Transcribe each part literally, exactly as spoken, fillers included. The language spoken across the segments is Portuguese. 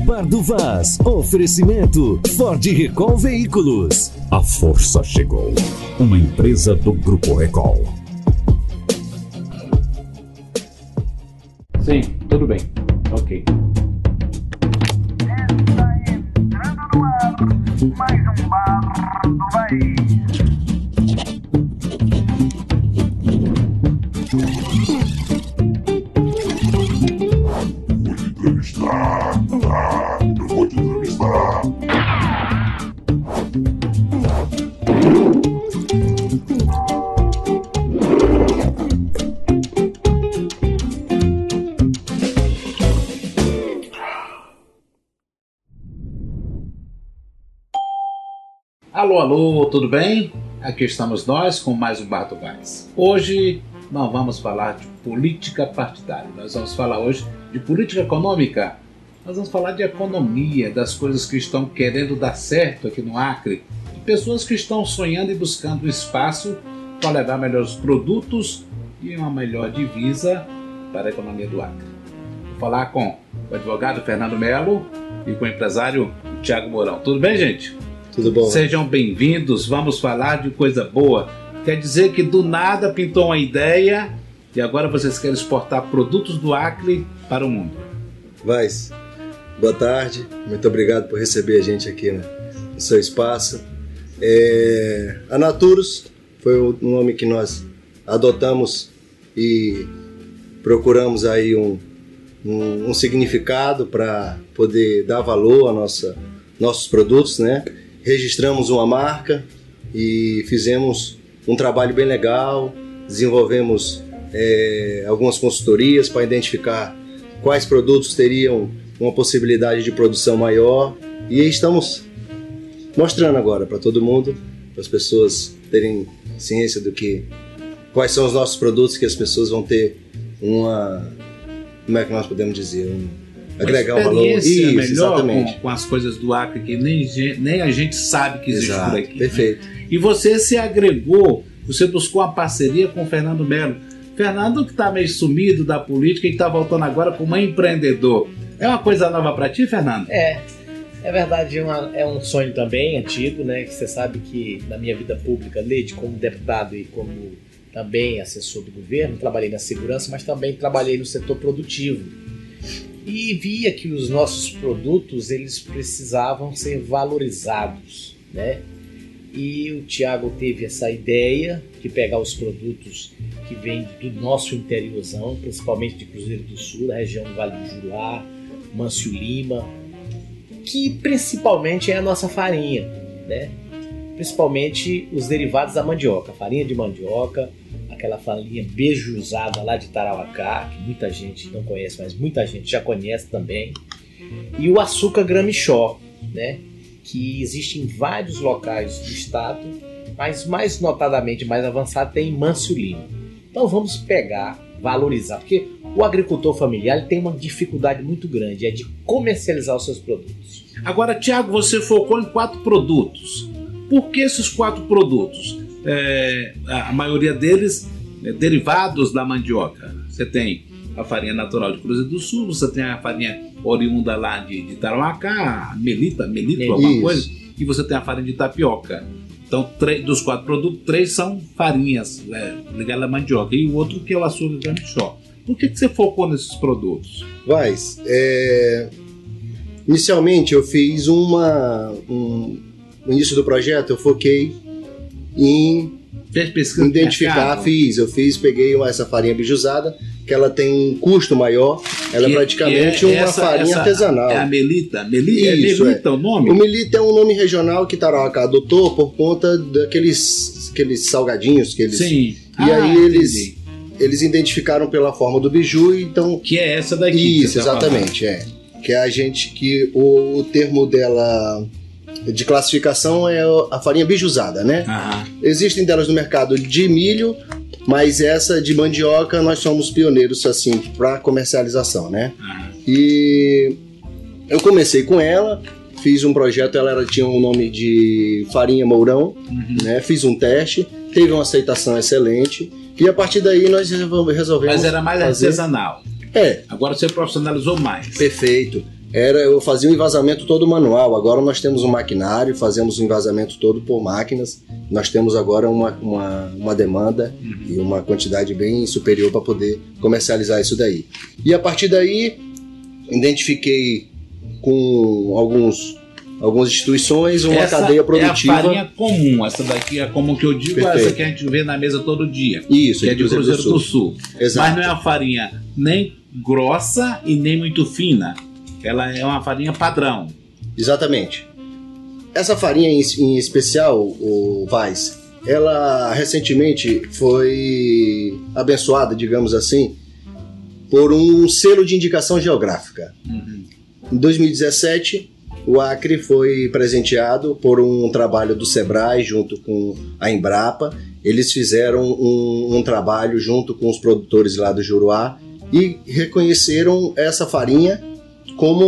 Bar do Vaz. Oferecimento Ford Recall Veículos. A força chegou. Uma empresa do Grupo Recall. Sim, tudo bem. Ok. Está entrando no ar mais um Bar do Vaz. Entrevistar, ah, eu vou te entrevistar. Alô, alô, tudo bem? Aqui estamos nós com mais um Bar do Vaz. Hoje não vamos falar de política partidária, nós vamos falar hoje de política econômica. Nós vamos falar de economia, das coisas que estão querendo dar certo aqui no Acre, de pessoas que estão sonhando e buscando espaço para levar melhores produtos e uma melhor divisa para a economia do Acre. Vou falar com o advogado Fernando Melo e com o empresário Tiago Mourão. Tudo bem, gente? Tudo bom? Sejam bem-vindos, vamos falar de coisa boa. Quer dizer que do nada pintou uma ideia e agora vocês querem exportar produtos do Acre para o mundo. Vaz, boa tarde, muito obrigado por receber a gente aqui, né, no seu espaço. É, a Naturus foi o nome que nós adotamos e procuramos aí um, um, um significado para poder dar valor a nossa, nossos produtos, né? Registramos uma marca e fizemos um trabalho bem legal, desenvolvemos é, algumas consultorias para identificar quais produtos teriam uma possibilidade de produção maior e estamos mostrando agora para todo mundo, para as pessoas terem ciência do que, quais são os nossos produtos, que as pessoas vão ter uma, como é que nós podemos dizer, um, agregar um valor. Isso, melhor exatamente. Com, com as coisas do Acre que nem, nem a gente sabe que existe. Exato, por aqui. perfeito. Né? E você se agregou, você buscou uma parceria com o Fernando Melo. Fernando que está meio sumido da política e está voltando agora como empreendedor. É uma coisa nova para ti, Fernando? É, é verdade, é, uma, é um sonho também antigo, né? Que você sabe que na minha vida pública, desde como deputado e como também assessor do governo, trabalhei na segurança, mas também trabalhei no setor produtivo. E via que os nossos produtos, eles precisavam ser valorizados, né? E o Tiago teve essa ideia de pegar os produtos que vêm do nosso interiorzão, principalmente de Cruzeiro do Sul, da região do Vale do Juruá, Mâncio Lima, que principalmente é a nossa farinha, né? Principalmente os derivados da mandioca, a farinha de mandioca, aquela farinha beijuzada lá de Tarauacá, que muita gente não conhece, mas muita gente já conhece também, e o açúcar gramichó, né? Que existe em vários locais do estado, mas mais notadamente, mais avançado, tem em Mâncio Lima. Então vamos pegar, valorizar, porque o agricultor familiar ele tem uma dificuldade muito grande, é de comercializar os seus produtos. Agora, Tiago, você focou em quatro produtos. Por que esses quatro produtos? É, a maioria deles é derivados da mandioca. Você tem a farinha natural de Cruzeiro do Sul, você tem a farinha oriunda lá de, de Tarauacá, a melita, melito, Isso. alguma coisa, e você tem a farinha de tapioca. Então, três, dos quatro produtos, três são farinhas é, ligadas à mandioca, e o outro que é o açúcar gramichó. Por que, que você focou nesses produtos? Vaz, é... inicialmente eu fiz uma... Um... no início do projeto eu foquei em Fez pesquisa identificar, fiz, eu fiz, peguei essa farinha bijuzada, que ela tem um custo maior, ela que, é praticamente é, uma essa, farinha essa artesanal. É a melita? Melita Isso, é melita é. o nome? O melita é um nome regional que Tarauacá adotou por conta daqueles aqueles salgadinhos que eles... Sim. E ah, aí eles, eles identificaram pela forma do biju, então... Que é essa daqui. Isso, exatamente, é. Que é a gente, que o, o termo dela... de classificação é a farinha bijuzada, né? Aham. Existem delas no mercado de milho, mas essa de mandioca nós somos pioneiros assim para comercialização, né? Aham. E eu comecei com ela, fiz um projeto, ela era, tinha um nome de farinha Mourão, uhum. né? Fiz um teste, teve uma aceitação excelente e a partir daí nós resolvemos. Mas era mais fazer... artesanal. É. Agora você profissionalizou mais. Perfeito. era eu fazia o envasamento todo manual. Agora nós temos um maquinário, fazemos o envasamento todo por máquinas. Nós temos agora uma, uma, uma demanda uhum. e uma quantidade bem superior para poder comercializar isso daí. E a partir daí, identifiquei com alguns, algumas instituições uma essa cadeia produtiva. É a farinha comum, essa daqui é comum que eu digo, Perfeito. Essa que a gente vê na mesa todo dia. Isso, que é de Cruzeiro do Sul. Do Sul. Exato. Mas não é uma farinha nem grossa e nem muito fina. Ela é uma farinha padrão. Exatamente. Essa farinha em, em especial, o Vaz, ela recentemente foi abençoada, digamos assim, por um selo de indicação geográfica. Uhum. Em dois mil e dezessete, o Acre foi presenteado por um trabalho do Sebrae junto com a Embrapa. Eles fizeram um, um trabalho junto com os produtores lá do Juruá e reconheceram essa farinha como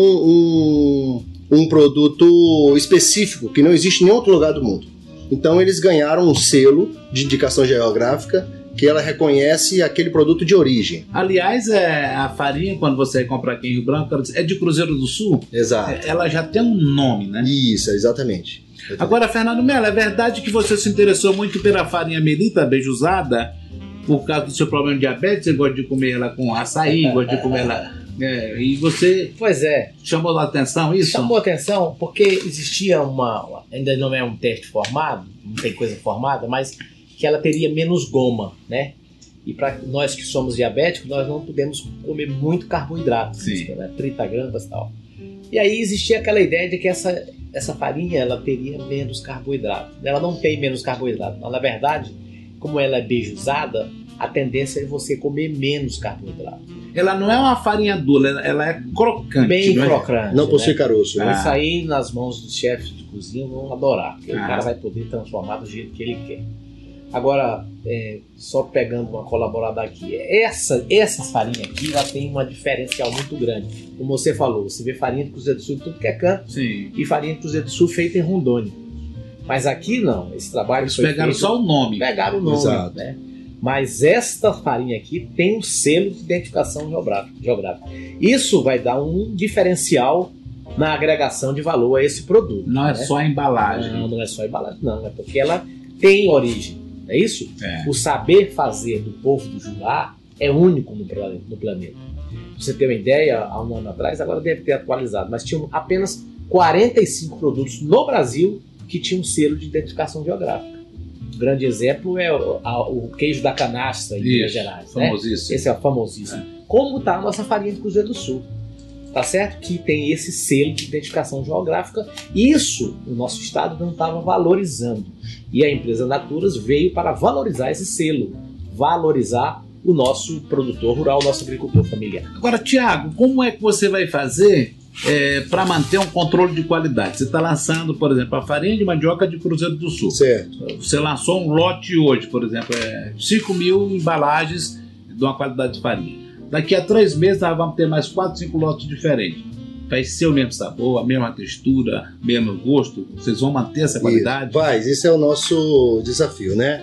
um, um produto específico que não existe em nenhum outro lugar do mundo. Então eles ganharam um selo de indicação geográfica que ela reconhece aquele produto de origem. Aliás, é, a farinha, quando você compra aqui em Rio Branco, é de Cruzeiro do Sul? Exato. Ela já tem um nome, né? Isso, exatamente. exatamente. Agora, Fernando Mello, é verdade que você se interessou muito pela farinha Melita beijuzada por causa do seu problema de diabetes? Você gosta de comer ela com açaí, gosta de comer ela... É, e você pois é. chamou a atenção isso? Chamou a atenção porque existia uma, ainda não é um teste formado, não tem coisa formada, mas que ela teria menos goma, né? E para nós que somos diabéticos, nós não podemos comer muito carboidrato, né? trinta gramas e tal. E aí existia aquela ideia de que essa, essa farinha ela teria menos carboidrato. Ela não tem menos carboidrato, mas na verdade, como ela é beijuzada, a tendência é você comer menos carboidrato. Ela não é uma farinha dura, ela é crocante. Bem não crocante. É? Não possui né? caroço. Né? Isso aí, nas mãos dos chefes de cozinha, vão adorar. Porque ah. o cara vai poder transformar do jeito que ele quer. Agora, é, só pegando uma colaborada aqui, essa, essa farinha aqui, ela tem uma diferencial muito grande. Como você falou, você vê farinha de Cruzeiro do Sul em tudo que é canto. Sim. E farinha de Cruzeiro do Sul feita em Rondônia. Mas aqui não, esse trabalho Eles foi pegaram feito, só o nome. Pegaram o nome, Exato. né? Mas esta farinha aqui tem um selo de identificação geográfica. Isso vai dar um diferencial na agregação de valor a esse produto. Não né? é só a embalagem. Não, não é só a embalagem, não. É porque ela tem origem, não é isso? É. O saber fazer do povo do Juruá é único no, no planeta. Pra você ter uma ideia, há um ano atrás, agora deve ter atualizado, mas tinham apenas quarenta e cinco produtos no Brasil que tinham selo de identificação geográfica. Um grande exemplo é o, a, o queijo da canastra em Isso, Minas Gerais. famosíssimo. Né? Esse é o famosíssimo. É. Como está a nossa farinha de Cruzeiro do Sul. Tá certo? Que tem esse selo de identificação geográfica. Isso o nosso estado não estava valorizando. E a empresa Naturas veio para valorizar esse selo. Valorizar o nosso produtor rural, o nosso agricultor familiar. Agora, Tiago, como é que você vai fazer É, para manter um controle de qualidade? Você está lançando, por exemplo, a farinha de mandioca de Cruzeiro do Sul. Certo. Você lançou um lote hoje, por exemplo, é cinco mil embalagens de uma qualidade de farinha. Daqui a três meses nós vamos ter mais quatro, cinco lotes diferentes. Vai ser o mesmo sabor, a mesma textura, mesmo gosto? Vocês vão manter essa qualidade? Isso. Vai, esse é o nosso desafio, né?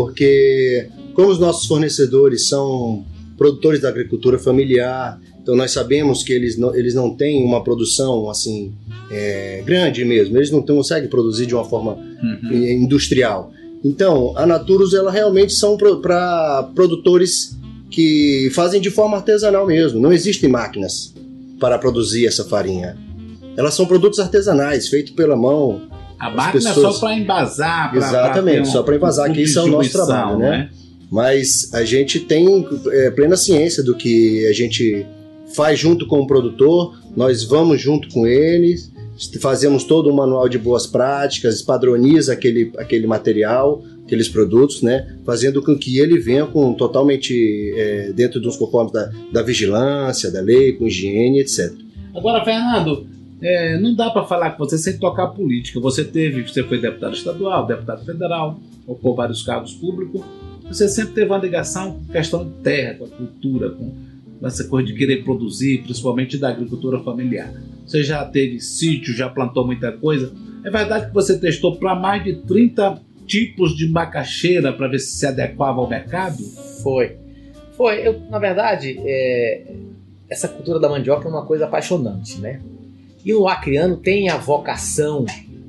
Porque como os nossos fornecedores são produtores da agricultura familiar, então nós sabemos que eles não, eles não têm uma produção assim é, grande mesmo, eles não conseguem produzir de uma forma uhum. industrial. Então a Naturus ela realmente são para produtores que fazem de forma artesanal mesmo, não existem máquinas para produzir essa farinha. Elas são produtos artesanais, feitos pela mão. A máquina pessoas... é só para embasar. Pra, Exatamente, pra um, só para embasar, um que isso é o nosso trabalho, né? né? Mas a gente tem é, plena ciência do que a gente faz junto com o produtor, nós vamos junto com eles, fazemos todo um manual de boas práticas, padroniza aquele, aquele material, aqueles produtos, né, fazendo com que ele venha com, totalmente é, dentro dos conformes da, da vigilância, da lei, com higiene, etcétera. Agora, Fernando, é, não dá para falar com você sem tocar política. Você teve, você foi deputado estadual, deputado federal, ocupou vários cargos públicos. Você sempre teve uma ligação com questão de terra, com a cultura, com essa coisa de querer produzir, principalmente da agricultura familiar. Você já teve sítio, já plantou muita coisa. É verdade que você testou para mais de trinta tipos de macaxeira para ver se se adequava ao mercado? Foi. Foi. Eu, na verdade, é... essa cultura da mandioca é uma coisa apaixonante, né? E o acreano tem a vocação,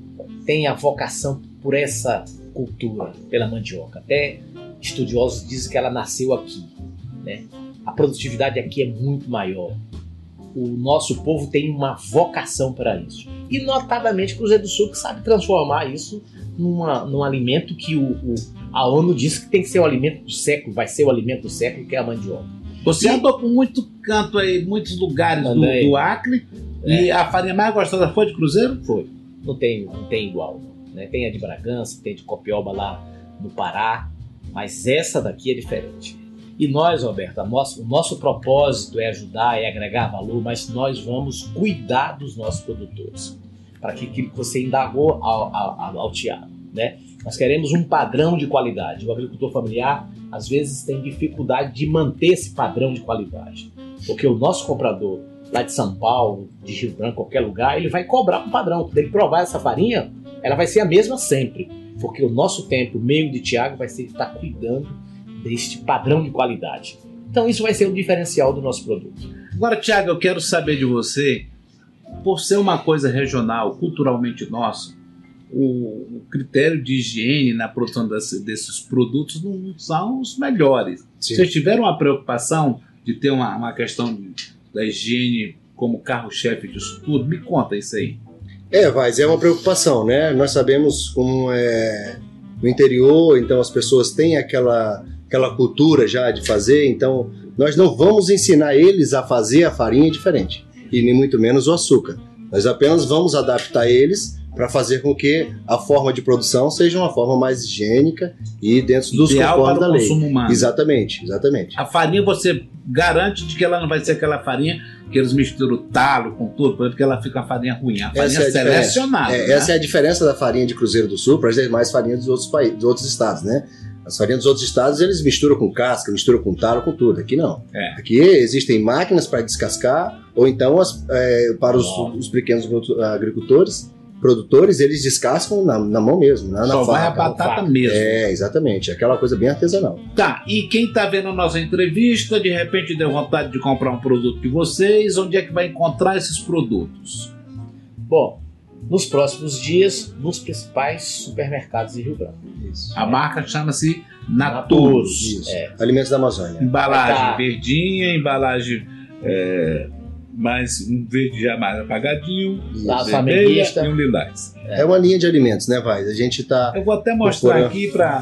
tem a vocação por essa cultura, pela mandioca. Até estudiosos dizem que ela nasceu aqui, né? A produtividade aqui é muito maior. O nosso povo tem uma vocação para isso. E notadamente Cruzeiro do Sul que sabe transformar isso numa, num alimento que o, o, a ONU diz que tem que ser o alimento do século, vai ser o alimento do século, que é a mandioca. Você andou por muito canto aí, muitos lugares do, do Acre, é. E a farinha mais gostosa foi de Cruzeiro? Foi. Não tem, não tem igual. Né? Tem a de Bragança, tem a de Copioba lá no Pará, mas essa daqui é diferente. E nós, Roberto, a nossa, o nosso propósito é ajudar, é agregar valor, mas nós vamos cuidar dos nossos produtores. Para que aquilo que você indagou ao, ao, ao Tiago, né? Nós queremos um padrão de qualidade. O agricultor familiar, às vezes, tem dificuldade de manter esse padrão de qualidade. Porque o nosso comprador, lá de São Paulo, de Rio Branco, qualquer lugar, ele vai cobrar um padrão. Quando ele provar essa farinha, ela vai ser a mesma sempre. Porque o nosso tempo, o meio de Tiago, vai ser estar cuidando deste padrão de qualidade. Então isso vai ser o diferencial do nosso produto. Agora, Tiago, eu quero saber de você, por ser uma coisa regional, culturalmente nosso, o, o critério de higiene na produção desse, desses produtos não são os melhores. Sim. Vocês tiveram uma preocupação de ter uma, uma questão de, da higiene como carro-chefe disso tudo? Me conta isso aí. É, Vaz, é uma preocupação, né? Nós sabemos como é no interior, então as pessoas têm aquela, aquela cultura já de fazer, então nós não vamos ensinar eles a fazer a farinha diferente, e nem muito menos o açúcar. Nós apenas vamos adaptar eles para fazer com que a forma de produção seja uma forma mais higiênica e dentro dos conformes da lei. Consumo humano. Exatamente, exatamente. A farinha você garante de que ela não vai ser aquela farinha que eles misturam o talo com tudo, porque ela fica a farinha ruim. A farinha é selecionada. É, né? Essa é a diferença da farinha de Cruzeiro do Sul para as demais farinhas dos outros, países, dos outros estados, né? As farinhas dos outros estados, eles misturam com casca, misturam com talo, com tudo. Aqui não. É. Aqui existem máquinas para descascar, ou então as, é, para os, os pequenos agricultores, produtores, eles descascam na, na mão mesmo, na, na Só faca. vai a batata mesmo. É, exatamente. Aquela coisa bem artesanal. Tá, e quem tá vendo a nossa entrevista, de repente deu vontade de comprar um produto de vocês, onde é que vai encontrar esses produtos? Bom, nos próximos dias, nos principais supermercados de Rio Branco. Isso. A marca chama-se Naturus. Isso. É. Alimentos da Amazônia. Embalagem tá. verdinha, embalagem é, mais um verde já mais apagadinho, Lá, vermelha e um lilás. É. é uma linha de alimentos, né, Vai? A gente tá... Eu vou até mostrar aqui para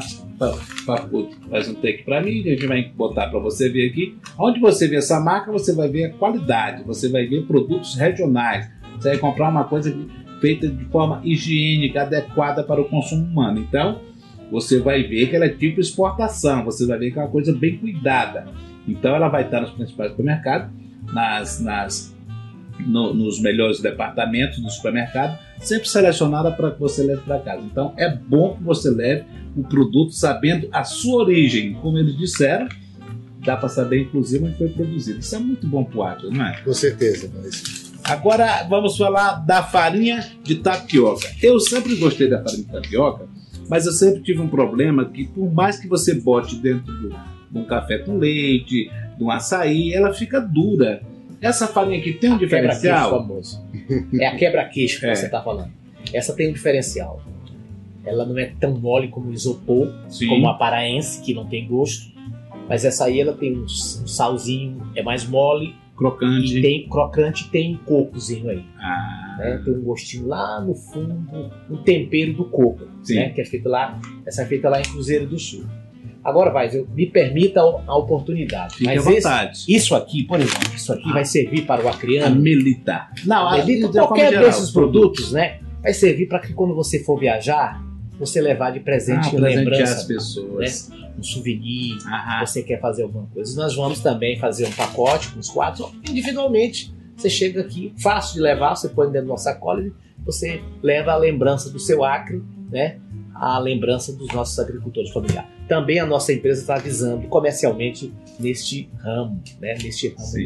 fazer um take para mim, a gente vai botar para você ver aqui. Onde você vê essa marca, você vai ver a qualidade, você vai ver produtos regionais. Você vai comprar uma coisa feita de forma higiênica, adequada para o consumo humano. Então, você vai ver que ela é tipo exportação, você vai ver que é uma coisa bem cuidada. Então, ela vai estar nos principais supermercados, nas, nas, no, nos melhores departamentos do supermercado, sempre selecionada para que você leve para casa. Então, é bom que você leve o produto sabendo a sua origem. Como eles disseram, dá para saber, inclusive, onde foi produzido. Isso é muito bom para o Acre, não é? Com certeza, mas... Agora vamos falar da farinha de tapioca. Eu sempre gostei da farinha de tapioca, mas eu sempre tive um problema que por mais que você bote dentro do, de um café com leite, de um açaí, ela fica dura. Essa farinha aqui tem um diferencial? Famoso. É a quebra-queixo que é. Você está falando. Essa tem um diferencial. Ela não é tão mole como o isopor, Sim. como a paraense, que não tem gosto. Mas essa aí ela tem um, um salzinho, é mais mole. Crocante. E tem crocante, tem um cocozinho aí. Ah. Né? Tem um gostinho lá no fundo, um tempero do coco, né? Que é feito lá, essa é feita lá em Cruzeiro do Sul. Agora, vai, eu, me permita a oportunidade. Fique Mas à vontade. Esse, isso aqui, por exemplo, isso aqui ah. vai servir para o acreano. A melita. Não, a melita, qualquer geral, desses produtos, né? Vai servir para que quando você for viajar, você levar de presente ah, em lembrança. As pessoas. Né? Um souvenir, Aham. você quer fazer alguma coisa. Nós vamos também fazer um pacote com os quatro, individualmente. Você chega aqui, fácil de levar, você põe dentro de uma sacola e você leva a lembrança do seu Acre, né? A lembrança dos nossos agricultores familiares. Também a nossa empresa está visando comercialmente neste ramo, né? Neste ramo, nesse,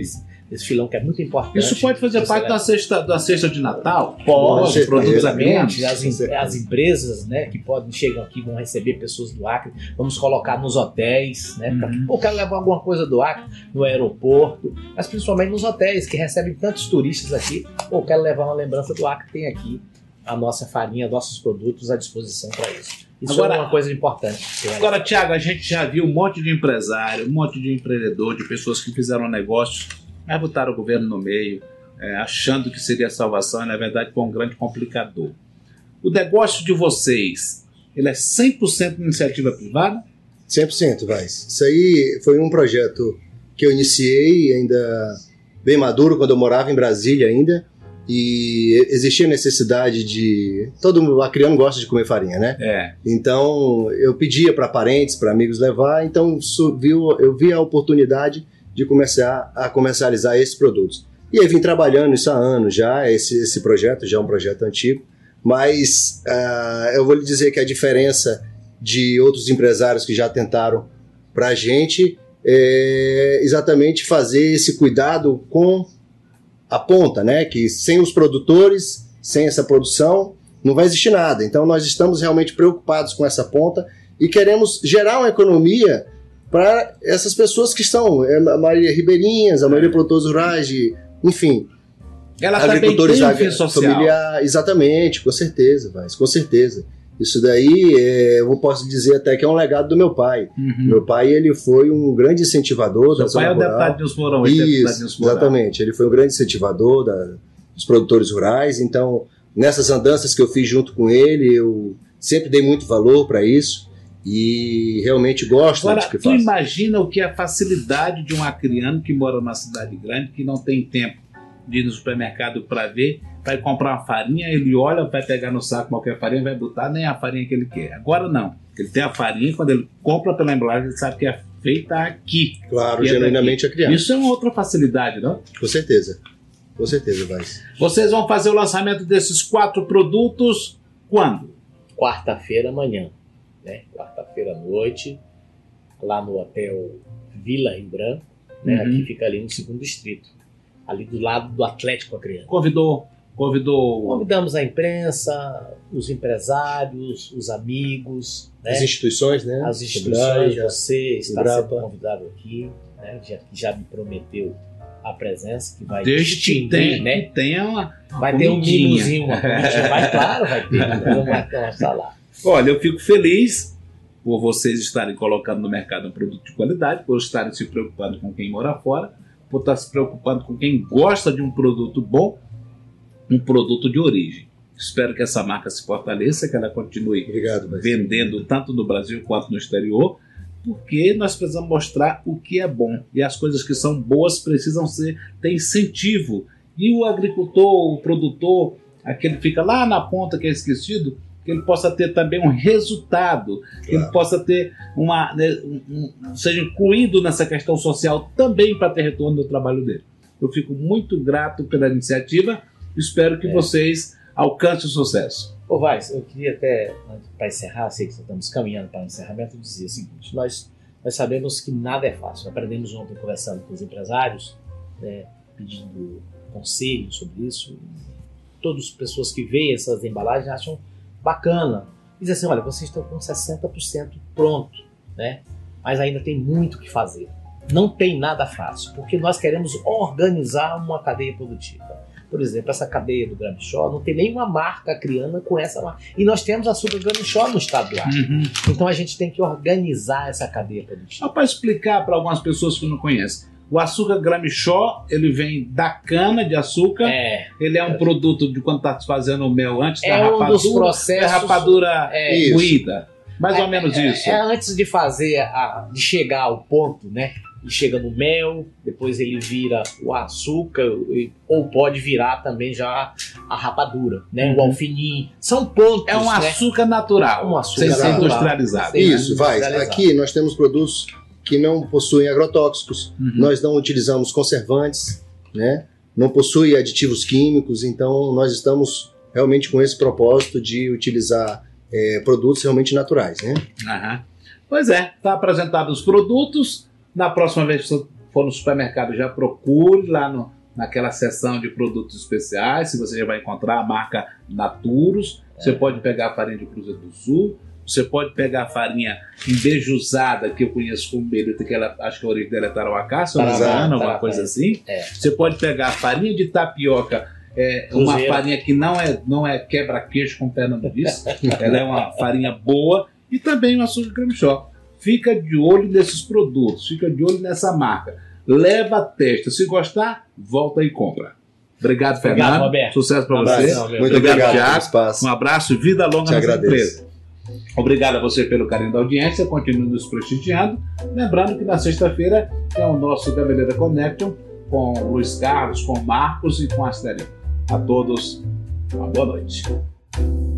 esse filão que é muito importante. Isso pode fazer parte da cesta, da cesta de Natal? Pode, Com produtos certeza. agrícolas. As, em- as empresas, né, que podem chegam aqui, vão receber pessoas do Acre, vamos colocar nos hotéis, né? Pra, Uhum. ou quero levar alguma coisa do Acre no aeroporto, mas principalmente nos hotéis que recebem tantos turistas aqui, ou quero levar uma lembrança do Acre, tem aqui a nossa farinha, nossos produtos à disposição para isso. Isso Agora- é uma coisa importante. Agora, Tiago, a gente já viu um monte de empresário, um monte de empreendedor, de pessoas que fizeram negócios, mas botaram o governo no meio, é, achando que seria salvação, e na verdade foi um grande complicador. O negócio de vocês, ele é cem por cento iniciativa privada? cem por cento, vai. Isso aí foi um projeto que eu iniciei ainda bem maduro, quando eu morava em Brasília ainda, e existia necessidade de... Todo acriano gosta de comer farinha, né? É. Então eu pedia para parentes, para amigos levar, então su- viu- eu vi a oportunidade de começar a comercializar esses produtos. E aí vim trabalhando isso há anos já, esse, esse projeto já é um projeto antigo, mas ah, eu vou lhe dizer que a diferença de outros empresários que já tentaram para a gente é exatamente fazer esse cuidado com a ponta, né? Que sem os produtores, sem essa produção, não vai existir nada. Então nós estamos realmente preocupados com essa ponta e queremos gerar uma economia para essas pessoas que estão, é, a maioria ribeirinhas, a maioria produtores rurais, de, enfim, Ela também agricultores tem um agri- fim social. familiar, exatamente, com certeza, vai, com certeza. Isso daí, é, eu posso dizer até que é um legado do meu pai. Uhum. Meu pai, ele foi um grande incentivador da Seu pai zona é o rural. deputado Nilson Mourão, ele é deputado Isso, Nilson Mourão. exatamente. Ele foi um grande incentivador da- dos produtores rurais. Então, nessas andanças que eu fiz junto com ele, eu sempre dei muito valor para isso e realmente gosto Agora, do que tu faço. imagina o que é a facilidade de um acriano que mora numa cidade grande, que não tem tempo de ir no supermercado para ver, vai comprar uma farinha, ele olha, vai pegar no saco qualquer farinha, vai botar nem a farinha que ele quer. Agora não. Ele tem a farinha, quando ele compra pela embalagem, ele sabe que é feita aqui. Claro, E é genuinamente a criança. Isso é uma outra facilidade, não? Com certeza. Com certeza, vai. Vocês vão fazer o lançamento desses quatro produtos quando? Quarta-feira amanhã, né? Quarta-feira à noite, lá no Hotel Vila Rio Branco, né? Uhum. Aqui fica ali no segundo distrito, ali do lado do Atlético Acreano. Convidou, convidou Convidamos a imprensa, os empresários, os amigos, né? As instituições, né? As instituições, Sebrae, você está Embrapa. sendo convidado aqui, né? Já, já me prometeu a presença, que vai desde que distinguir, tenha, né? que tenha uma, Vai ter um comidinha. mimozinho, uma comidinha. Vai, claro, vai ter. Não vai estar lá. Olha, eu fico feliz por vocês estarem colocando no mercado um produto de qualidade, por estarem se preocupando com quem mora fora, por estar se preocupando com quem gosta de um produto bom, um produto de origem. Espero que essa marca se fortaleça, que ela continue Obrigado, vai. vendendo tanto no Brasil quanto no exterior, porque nós precisamos mostrar o que é bom. E as coisas que são boas precisam ser, ter incentivo. E o agricultor, o produtor, aquele que fica lá na ponta que é esquecido, que ele possa ter também um resultado, que ele possa ter uma, né, um, um, seja incluído nessa questão social também para ter retorno do trabalho dele. Eu fico muito grato pela iniciativa, espero que É. vocês alcancem o sucesso. Ô Vaz, eu queria até, para encerrar, sei que estamos caminhando para o encerramento, dizer o seguinte: nós, nós sabemos que nada é fácil. Aprendemos ontem conversando com os empresários, né, pedindo conselho sobre isso. Todas as pessoas que veem essas embalagens acham bacana. Dizem assim: olha, vocês estão com sessenta por cento pronto, né? Mas ainda tem muito o que fazer. Não tem nada fácil, porque nós queremos organizar uma cadeia produtiva. Por exemplo, essa cadeia do Gramishó não tem nenhuma marca acriana com essa marca. E nós temos açúcar Gramishó no estado do Acre. Uhum. Então a gente tem que organizar essa cadeia produtiva. Só para explicar para algumas pessoas que não conhecem, o açúcar Gramishó, ele vem da cana de açúcar, É, ele é um produto de quando está fazendo o mel antes da é um rapadura, dos da processos. rapadura É, Isso. moída, mais ou é, menos é, isso. É antes de fazer, a, de chegar ao ponto, né? Ele chega no mel, depois ele vira o açúcar, e- ou pode virar também já a rapadura, né? Uhum. O alfinim. São pontos, É um né? açúcar natural, Um açúcar sem ser natural. industrializado. Sim. Isso, vai. industrializado. Aqui nós temos produtos que não possuem agrotóxicos, Uhum. nós não utilizamos conservantes, né? Não possui aditivos químicos, então nós estamos realmente com esse propósito de utilizar é, produtos realmente naturais, né? Aham. Pois é, está apresentado os produtos. Na próxima vez que você for no supermercado, já procure lá no, naquela seção de produtos especiais, se você já vai encontrar a marca Naturus. É. Você pode pegar a farinha de Cruzeiro do Sul, você pode pegar a farinha embejuzada, que eu conheço como Merita, que ela, acho que a origem dela é Tarauacá, se não me engano, alguma coisa assim. É. Você pode pegar a farinha de tapioca, é, uma farinha que não é, não é quebra-queixo, como o Fernando disse, ela é uma farinha boa, e também o açúcar creme shop. Fica de olho nesses produtos, fica de olho nessa marca. Leva a testa. Se gostar, volta e compra. Obrigado, Fernando. Obrigado, Roberto. Sucesso para você. Não, muito obrigado, Thiago. Um abraço e vida longa nessa empresa. Obrigado a você pelo carinho da audiência. Continue nos prestigiando. Lembrando que na sexta-feira é o nosso Gameleira Connection com o Luiz Carlos, com o Marcos e com a Asteria. A todos, uma boa noite.